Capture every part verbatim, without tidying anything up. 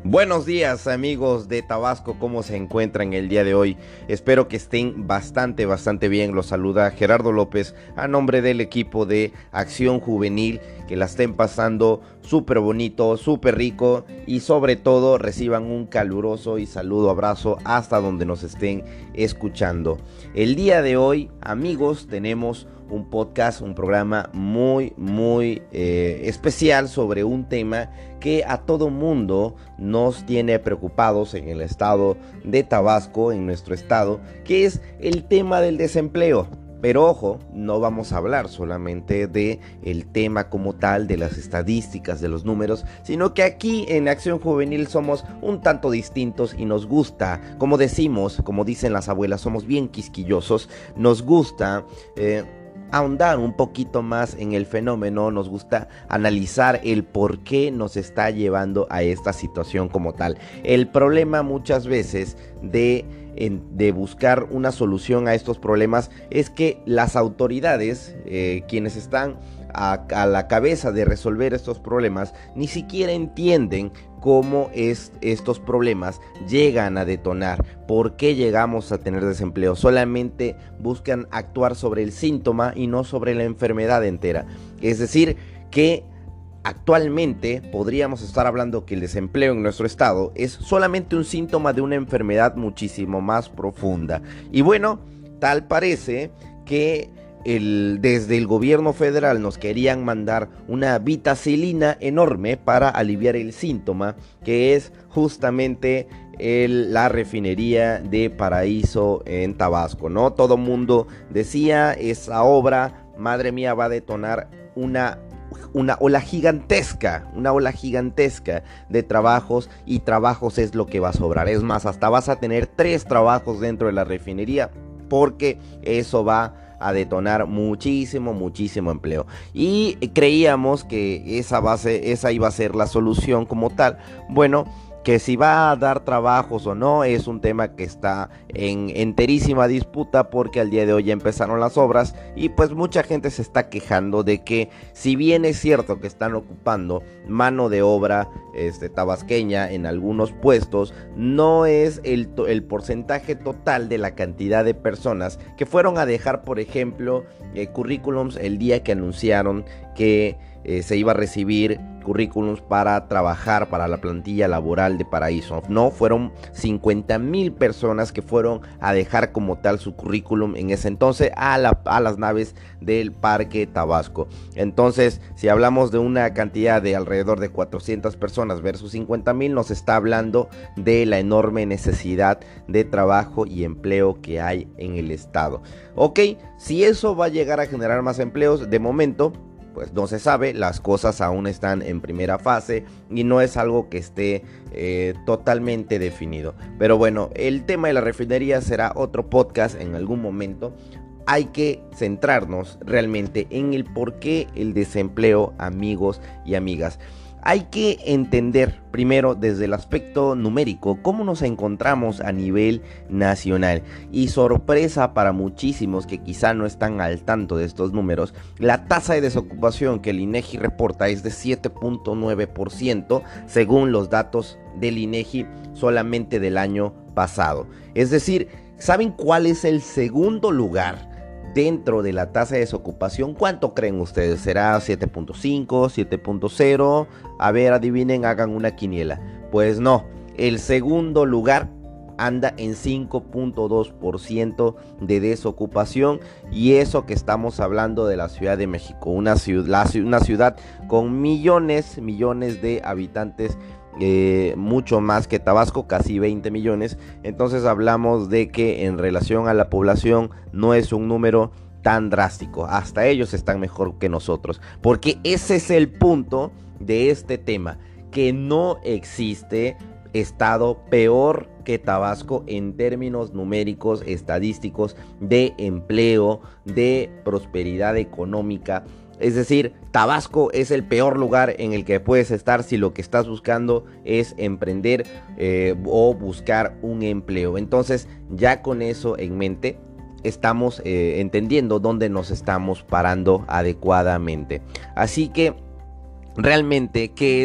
Buenos días amigos de Tabasco, ¿cómo se encuentran el día de hoy? Espero que estén bastante, bastante bien. Los saluda Gerardo López a nombre del equipo de Acción Juvenil. Que la estén pasando súper bonito, súper rico y sobre todo reciban un caluroso y saludo abrazo hasta donde nos estén escuchando. El día de hoy, amigos, tenemos un podcast, un programa muy, muy eh, especial sobre un tema que a todo mundo nos tiene preocupados en el estado de Tabasco, en nuestro estado, que es el tema del desempleo. Pero ojo, no vamos a hablar solamente de el tema como tal, de las estadísticas, de los números, sino que aquí en Acción Juvenil somos un tanto distintos y nos gusta, como decimos, como dicen las abuelas, somos bien quisquillosos, nos gusta eh, ahondar un poquito más en el fenómeno, nos gusta analizar el por qué nos está llevando a esta situación como tal. El problema muchas veces de En, de buscar una solución a estos problemas es que las autoridades, eh, quienes están a, a la cabeza de resolver estos problemas, ni siquiera entienden cómo es, estos problemas llegan a detonar, por qué llegamos a tener desempleo. Solamente buscan actuar sobre el síntoma y no sobre la enfermedad entera. Es decir, que actualmente podríamos estar hablando que el desempleo en nuestro estado es solamente un síntoma de una enfermedad muchísimo más profunda. Y bueno, tal parece que el, desde el gobierno federal nos querían mandar una vitacilina enorme para aliviar el síntoma, que es justamente el, la refinería de Paraíso en Tabasco, ¿no? Todo mundo decía, esa obra, madre mía, va a detonar una una ola gigantesca, una ola gigantesca de trabajos, y trabajos es lo que va a sobrar. Es más, hasta vas a tener tres trabajos dentro de la refinería, porque eso va a detonar muchísimo, muchísimo empleo. Y creíamos que esa base, esa iba a ser la solución como tal. Bueno, que si va a dar trabajos o no es un tema que está en enterísima disputa, porque al día de hoy ya empezaron las obras y pues mucha gente se está quejando de que, si bien es cierto que están ocupando mano de obra este, tabasqueña en algunos puestos, no es el, el porcentaje total de la cantidad de personas que fueron a dejar, por ejemplo, eh, currículums el día que anunciaron que eh, se iba a recibir currículums para trabajar para la plantilla laboral de Paraíso. No, fueron cincuenta mil personas que fueron a dejar como tal su currículum en ese entonces a, la, a las naves del Parque Tabasco. Entonces, si hablamos de una cantidad de alrededor de cuatrocientas personas versus cincuenta mil, nos está hablando de la enorme necesidad de trabajo y empleo que hay en el estado. Ok, si eso va a llegar a generar más empleos, de momento pues no se sabe, las cosas aún están en primera fase y no es algo que esté eh, totalmente definido. Pero bueno, el tema de la refinería será otro podcast en algún momento. Hay que centrarnos realmente en el por qué el desempleo, amigos y amigas. Hay que entender primero desde el aspecto numérico cómo nos encontramos a nivel nacional. Y sorpresa para muchísimos que quizá no están al tanto de estos números, la tasa de desocupación que el INEGI reporta es de siete punto nueve por ciento según los datos del INEGI solamente del año pasado. Es decir, ¿saben cuál es el segundo lugar dentro de la tasa de desocupación? ¿Cuánto creen ustedes? ¿Será siete punto cinco, siete punto cero? A ver, adivinen, hagan una quiniela. Pues no, el segundo lugar anda en cinco punto dos por ciento de desocupación, y eso que estamos hablando de la Ciudad de México, una ciudad, una ciudad con millones, millones de habitantes. Eh, mucho más que Tabasco, casi veinte millones. Entonces hablamos de que en relación a la población no es un número tan drástico. Hasta ellos están mejor que nosotros, porque ese es el punto de este tema, que no existe estado peor que Tabasco en términos numéricos, estadísticos, de empleo, de prosperidad económica. Es decir, Tabasco es el peor lugar en el que puedes estar si lo que estás buscando es emprender eh, o buscar un empleo. Entonces, ya con eso en mente, estamos eh, entendiendo dónde nos estamos parando adecuadamente. Así que, realmente, ¿qué es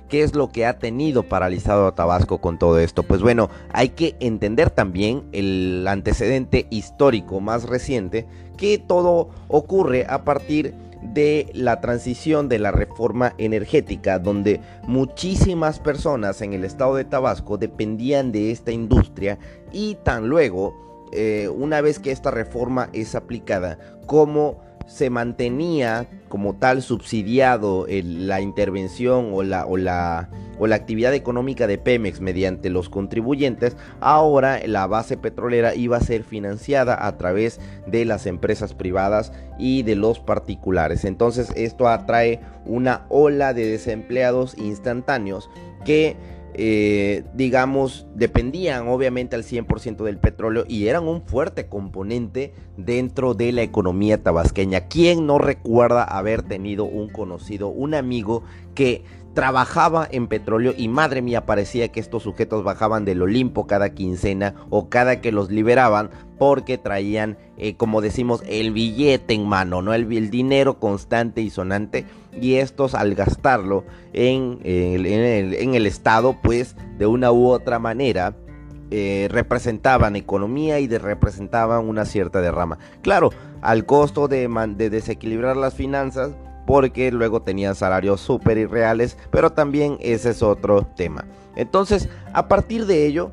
¿Qué es lo que ha tenido paralizado a Tabasco con todo esto? Pues bueno, hay que entender también el antecedente histórico más reciente, que todo ocurre a partir de la transición de la reforma energética, donde muchísimas personas en el estado de Tabasco dependían de esta industria y tan luego, eh, una vez que esta reforma es aplicada, como se mantenía como tal subsidiado el, la intervención o la, o, la, o la actividad económica de Pemex mediante los contribuyentes, ahora la base petrolera iba a ser financiada a través de las empresas privadas y de los particulares. Entonces esto atrae una ola de desempleados instantáneos que Eh, digamos, dependían obviamente al cien por ciento del petróleo y eran un fuerte componente dentro de la economía tabasqueña. ¿Quién no recuerda haber tenido un conocido, un amigo que trabajaba en petróleo y madre mía, parecía que estos sujetos bajaban del Olimpo cada quincena o cada que los liberaban, porque traían, eh, como decimos, el billete en mano, ¿no? El, el dinero constante y sonante, y estos al gastarlo en, en, en, el, en el estado, pues de una u otra manera eh, representaban economía y de, representaban una cierta derrama. Claro, al costo de, de desequilibrar las finanzas, porque luego tenían salarios súper irreales, pero también ese es otro tema. Entonces, a partir de ello,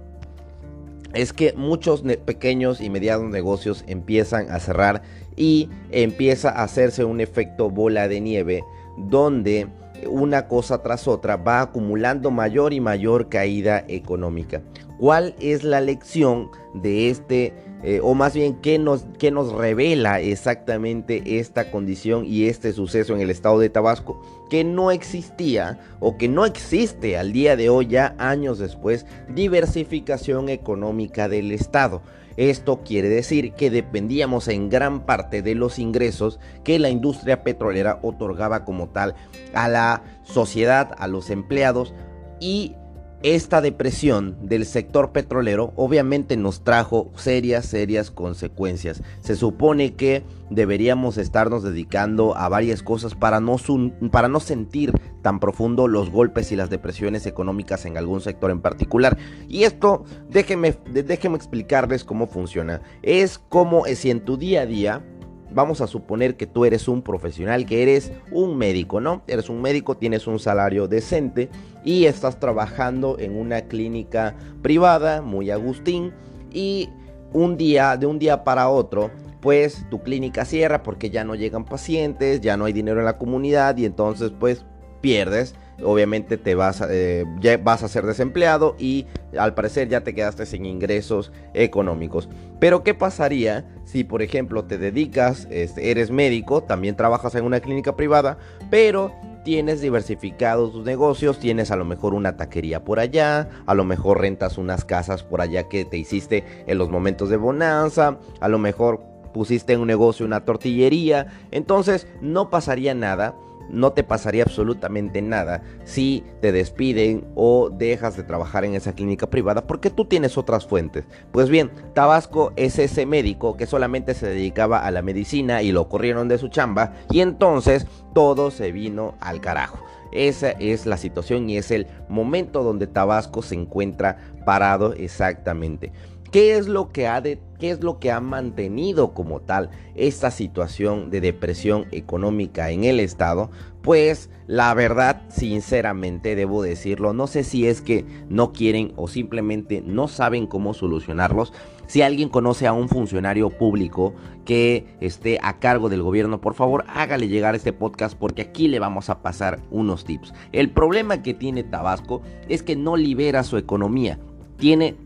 es que muchos pequeños y medianos negocios empiezan a cerrar y empieza a hacerse un efecto bola de nieve, donde una cosa tras otra va acumulando mayor y mayor caída económica. ¿Cuál es la lección de este, eh, o más bien qué nos, qué nos revela exactamente esta condición y este suceso en el estado de Tabasco? Que no existía o que no existe al día de hoy, ya años después, diversificación económica del estado. Esto quiere decir que dependíamos en gran parte de los ingresos que la industria petrolera otorgaba como tal a la sociedad, a los empleados, y esta depresión del sector petrolero obviamente nos trajo serias, serias consecuencias. Se supone que deberíamos estarnos dedicando a varias cosas para no, para no sentir tan profundo los golpes y las depresiones económicas en algún sector en particular. Y esto, déjenme, déjenme explicarles cómo funciona. Es como si en tu día a día, vamos a suponer que tú eres un profesional, que eres un médico, ¿no? Eres un médico, tienes un salario decente y estás trabajando en una clínica privada, muy agustín, y un día, de un día para otro, pues tu clínica cierra porque ya no llegan pacientes, ya no hay dinero en la comunidad y entonces pues pierdes. Obviamente te vas, eh, ya vas a ser desempleado y al parecer ya te quedaste sin ingresos económicos. Pero ¿qué pasaría si, por ejemplo, te dedicas, este, eres médico, también trabajas en una clínica privada, pero tienes diversificados tus negocios, tienes a lo mejor una taquería por allá, a lo mejor rentas unas casas por allá que te hiciste en los momentos de bonanza, a lo mejor pusiste en un negocio una tortillería? Entonces no pasaría nada. No te pasaría absolutamente nada si te despiden o dejas de trabajar en esa clínica privada, porque tú tienes otras fuentes. Pues bien, Tabasco es ese médico que solamente se dedicaba a la medicina y lo corrieron de su chamba, y entonces todo se vino al carajo. Esa es la situación y es el momento donde Tabasco se encuentra parado exactamente. ¿Qué es lo que ha de, qué es lo que ha mantenido como tal esta situación de depresión económica en el estado? Pues la verdad, sinceramente debo decirlo, no sé si es que no quieren o simplemente no saben cómo solucionarlos. Si alguien conoce a un funcionario público que esté a cargo del gobierno, por favor hágale llegar este podcast, porque aquí le vamos a pasar unos tips. El problema que tiene Tabasco es que no libera su economía. Tiene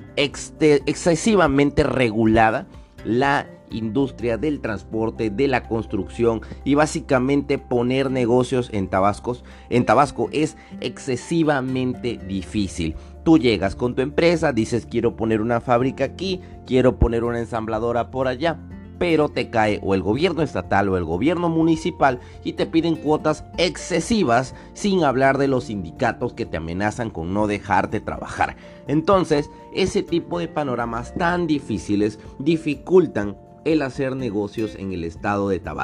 excesivamente regulada la industria del transporte, de la construcción, y básicamente poner negocios en Tabasco, en Tabasco es excesivamente difícil. Tú llegas con tu empresa, dices quiero poner una fábrica aquí, quiero poner una ensambladora por allá, pero te cae o el gobierno estatal o el gobierno municipal y te piden cuotas excesivas, sin hablar de los sindicatos que te amenazan con no dejarte trabajar. Entonces, ese tipo de panoramas tan difíciles dificultan el hacer negocios en el estado de Tabasco.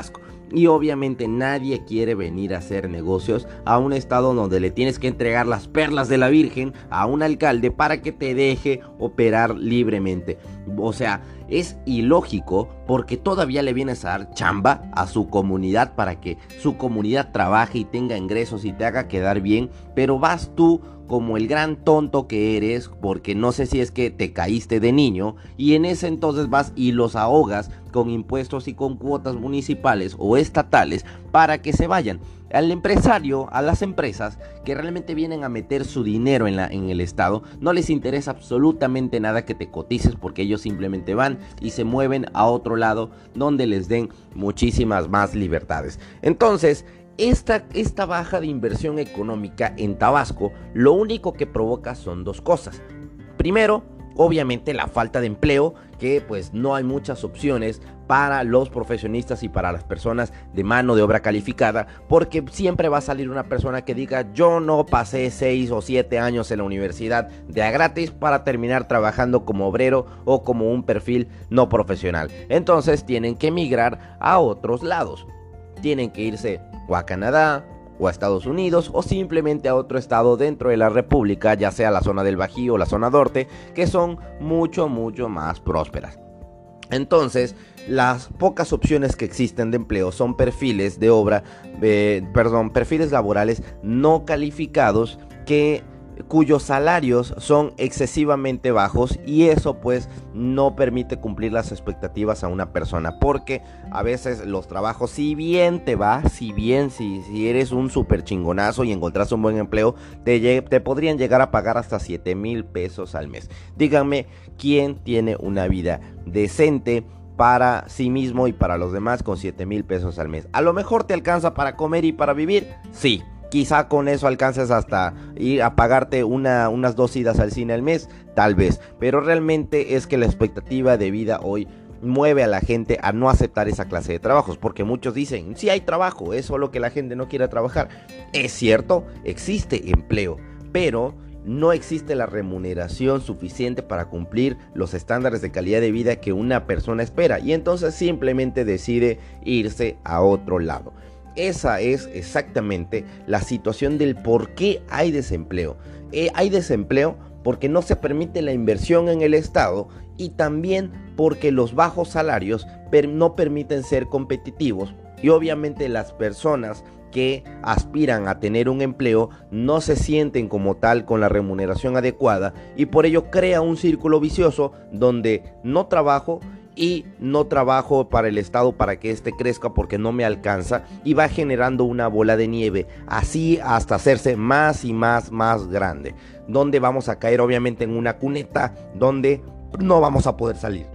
Y obviamente nadie quiere venir a hacer negocios a un estado donde le tienes que entregar las perlas de la Virgen a un alcalde para que te deje operar libremente. O sea, es ilógico porque todavía le vienes a dar chamba a su comunidad para que su comunidad trabaje y tenga ingresos y te haga quedar bien, pero vas tú como el gran tonto que eres, porque no sé si es que te caíste de niño, y en ese entonces vas y los ahogas con impuestos y con cuotas municipales o estatales para que se vayan. Al empresario, a las empresas que realmente vienen a meter su dinero en, la, en el estado, no les interesa absolutamente nada que te cotices, porque ellos simplemente van y se mueven a otro lado donde les den muchísimas más libertades. Entonces, Esta, esta baja de inversión económica en Tabasco lo único que provoca son dos cosas. Primero, obviamente la falta de empleo, que pues no hay muchas opciones para los profesionistas y para las personas de mano de obra calificada, porque siempre va a salir una persona que diga: yo no pasé seis o siete años en la universidad de a gratis para terminar trabajando como obrero o como un perfil no profesional. Entonces tienen que emigrar a otros lados, tienen que irse o a Canadá, o a Estados Unidos, o simplemente a otro estado dentro de la república, ya sea la zona del Bajío o la zona norte, que son mucho, mucho más prósperas. Entonces, las pocas opciones que existen de empleo son perfiles de obra, eh, perdón, perfiles laborales no calificados que cuyos salarios son excesivamente bajos, y eso pues no permite cumplir las expectativas a una persona, porque a veces los trabajos, si bien te va, si bien si, si eres un súper chingonazo y encontrás un buen empleo, te, te podrían llegar a pagar hasta siete mil pesos al mes. Díganme, ¿quién tiene una vida decente para sí mismo y para los demás con siete mil pesos al mes? A lo mejor te alcanza para comer y para vivir, sí. Quizá con eso alcances hasta ir a pagarte una, unas dos idas al cine al mes, tal vez. Pero realmente es que la expectativa de vida hoy mueve a la gente a no aceptar esa clase de trabajos, porque muchos dicen: sí hay trabajo, es solo que la gente no quiere trabajar. Es cierto, existe empleo, pero no existe la remuneración suficiente para cumplir los estándares de calidad de vida que una persona espera, y entonces simplemente decide irse a otro lado. Esa es exactamente la situación del por qué hay desempleo. Eh, hay desempleo porque no se permite la inversión en el Estado, y también porque los bajos salarios per- no permiten ser competitivos, y obviamente las personas que aspiran a tener un empleo no se sienten como tal con la remuneración adecuada, y por ello crea un círculo vicioso donde no trabajo y no trabajo para el Estado para que éste crezca porque no me alcanza, y va generando una bola de nieve, así hasta hacerse más y más más grande, donde vamos a caer obviamente en una cuneta donde no vamos a poder salir,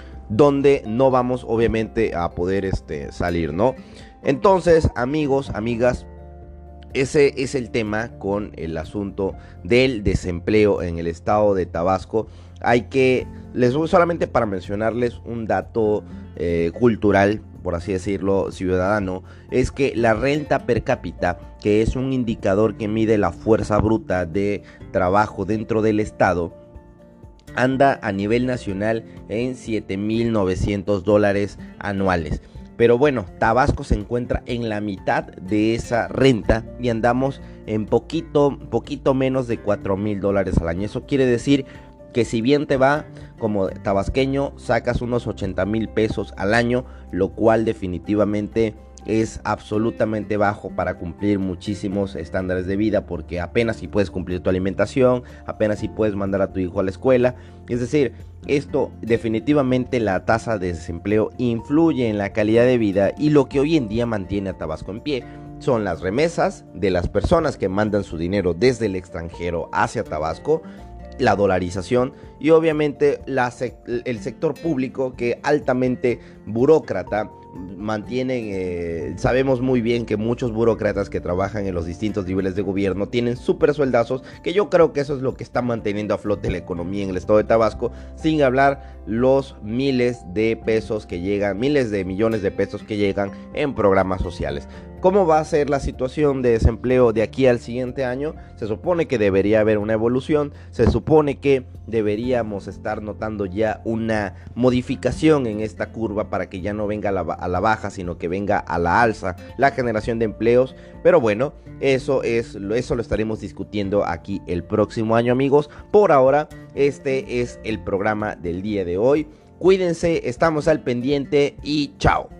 donde no vamos obviamente a poder este, salir, ¿no? Entonces, amigos, amigas, ese es el tema con el asunto del desempleo en el estado de Tabasco. Hay que, les voy solamente para mencionarles un dato eh, cultural, por así decirlo, ciudadano, es que la renta per cápita, que es un indicador que mide la fuerza bruta de trabajo dentro del estado, anda a nivel nacional en siete mil novecientos dólares anuales. Pero bueno, Tabasco se encuentra en la mitad de esa renta y andamos en poquito, poquito menos de cuatro mil dólares al año. Eso quiere decir que si bien te va como tabasqueño, sacas unos ochenta mil pesos al año, lo cual definitivamente es absolutamente bajo para cumplir muchísimos estándares de vida, porque apenas si puedes cumplir tu alimentación, apenas si puedes mandar a tu hijo a la escuela. Es decir, esto definitivamente, la tasa de desempleo influye en la calidad de vida, y lo que hoy en día mantiene a Tabasco en pie son las remesas de las personas que mandan su dinero desde el extranjero hacia Tabasco, la dolarización y obviamente la sec- el sector público, que altamente burócrata. Mantienen, eh, sabemos muy bien que muchos burócratas que trabajan en los distintos niveles de gobierno tienen súper sueldazos, que yo creo que eso es lo que está manteniendo a flote la economía en el estado de Tabasco, sin hablar los miles de pesos que llegan, miles de millones de pesos que llegan en programas sociales. ¿Cómo va a ser la situación de desempleo de aquí al siguiente año? Se supone que debería haber una evolución, se supone que deberíamos estar notando ya una modificación en esta curva para que ya no venga a la, a a la baja, sino que venga a la alza la generación de empleos. Pero bueno, eso es eso lo estaremos discutiendo aquí el próximo año, amigos. Por ahora, este es el programa del día de hoy. Cuídense, estamos al pendiente y chao.